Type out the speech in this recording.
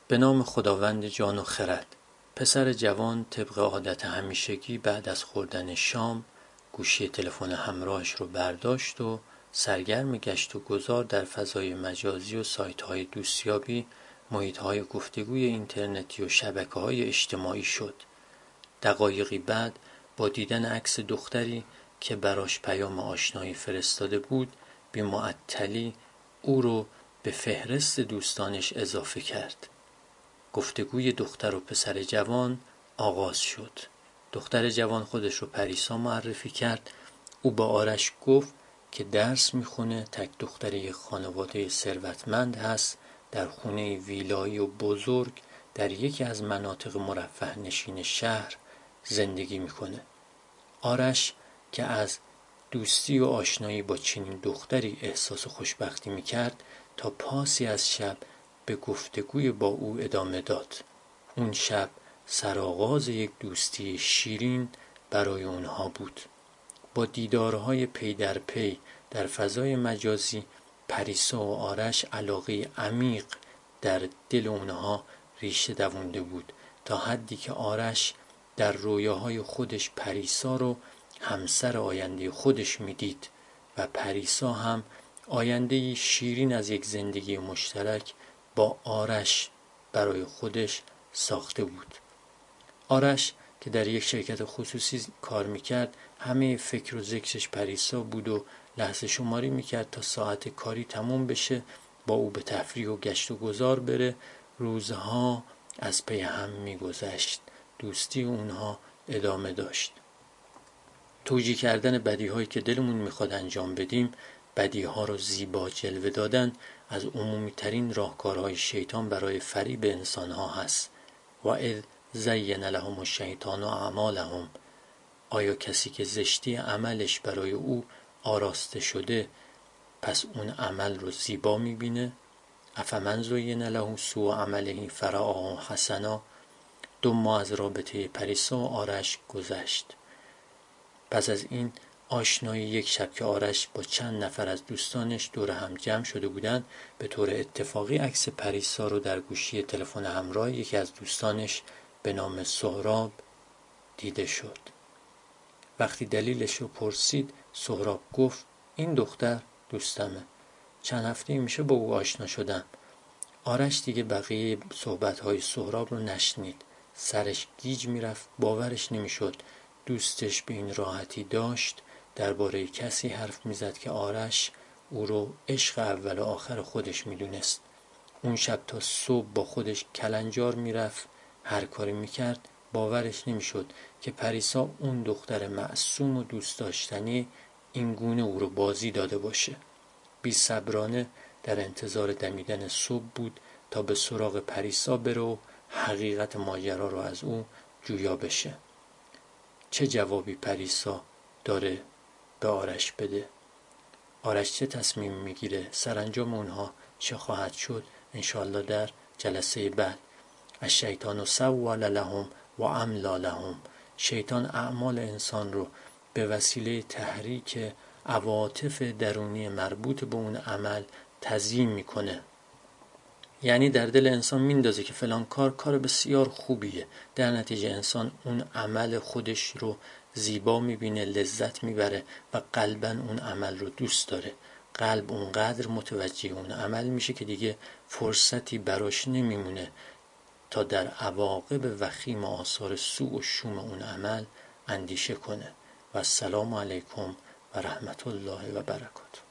به نام خداوند جان و خرد. پسر جوان طبق عادت همیشگی بعد از خوردن شام گوشی تلفن همراهش رو برداشت و سرگرم گشت و گذار در فضای مجازی و سایت‌های دوستیابی، محیط‌های گفتگوی اینترنتی و شبکه‌های اجتماعی شد. دقایقی بعد با دیدن عکس دختری که براش پیام آشنایی فرستاده بود، بی معطلی او رو به فهرست دوستانش اضافه کرد. گفتگوی دختر و پسر جوان آغاز شد. دختر جوان خودش رو پریسا معرفی کرد. او با آرش گفت که درس میخونه، تک دختر یک خانواده ثروتمند هست، در خونه ویلایی و بزرگ در یکی از مناطق مرفه نشین شهر زندگی میکنه. آرش که از دوستی و آشنایی با چنین دختری احساس خوشبختی میکرد، تا پاسی از شب به گفتگوی با او ادامه داد. اون شب سرآغاز یک دوستی شیرین برای اونها بود. با دیدارهای پی در پی در فضای مجازی، پریسا و آرش علاقه عمیق در دل اونها ریشه دوونده بود، تا حدی که آرش در رویاهای خودش پریسا رو همسر آینده خودش میدید و پریسا هم آینده شیرین از یک زندگی مشترک با آرش برای خودش ساخته بود. آرش که در یک شرکت خصوصی کار میکرد، همه فکر و ذکرش پریسا بود و لحظه شماری میکرد تا ساعت کاری تموم بشه، با او به تفریح و گشت و گذار بره. روزها از پی هم میگذشت. دوستی اونها ادامه داشت. توجیه کردن بدیهایی که دلمون میخواد انجام بدیم، بدیها رو زیبا جلوه دادن، از عمومی ترین راهکارهای شیطان برای فریب انسانها هست. و اذ زین لهم الشیطان اعمالهم، آیا کسی که زشتی عملش برای او آراسته شده پس اون عمل رو زیبا میبینه؟ افمن زین له سوء عمله فرآه حسنا. 2 ماه از رابطه پریسا و آرش گذشت. پس از این آشنایی یک شب که آرش با چند نفر از دوستانش دور هم جمع شده بودند، به طور اتفاقی عکس پریسا رو در گوشی تلفن همراه یکی از دوستانش به نام سهراب دیده شد. وقتی دلیلش رو پرسید، سهراب گفت این دختر دوستمه، چند هفته میشه با او آشنا شدم. آرش دیگه بقیه صحبت‌های سهراب رو نشنید. سرش گیج میرفت، باورش نمیشد دوستش به این راحتی داشت درباره کسی حرف میزد که آرش او رو عشق اول و آخر خودش میدونست. اون شب تا صبح با خودش کلنجار میرفت، هر کاری میکرد. باورش نمیشد که پریسا، اون دختر معصوم و دوست داشتنی، این گونه او رو بازی داده باشه. بی صبرانه در انتظار دمیدن صبح بود تا به سراغ پریسا بره و حقیقت ماجرا رو از او جویا بشه. چه جوابی پریسا داره به آرش بده؟ آرش چه تصمیم میگیره؟ سرانجام اونها چه خواهد شد؟ انشالله در جلسه بعد. الشیطان سول لهم و املا لهم. شیطان اعمال انسان رو به وسیله تحریک عواطف درونی مربوط به اون عمل تزیین میکنه. یعنی در دل انسان میندازه که فلان کار بسیار خوبیه، در نتیجه انسان اون عمل خودش رو زیبا میبینه، لذت میبره و قلباً اون عمل رو دوست داره. قلب اونقدر متوجه اون عمل میشه که دیگه فرصتی براش نمیمونه تا در عواقب وخیم آثار سوء و شوم اون عمل اندیشه کنه. و السلام علیکم و رحمت الله و برکاته.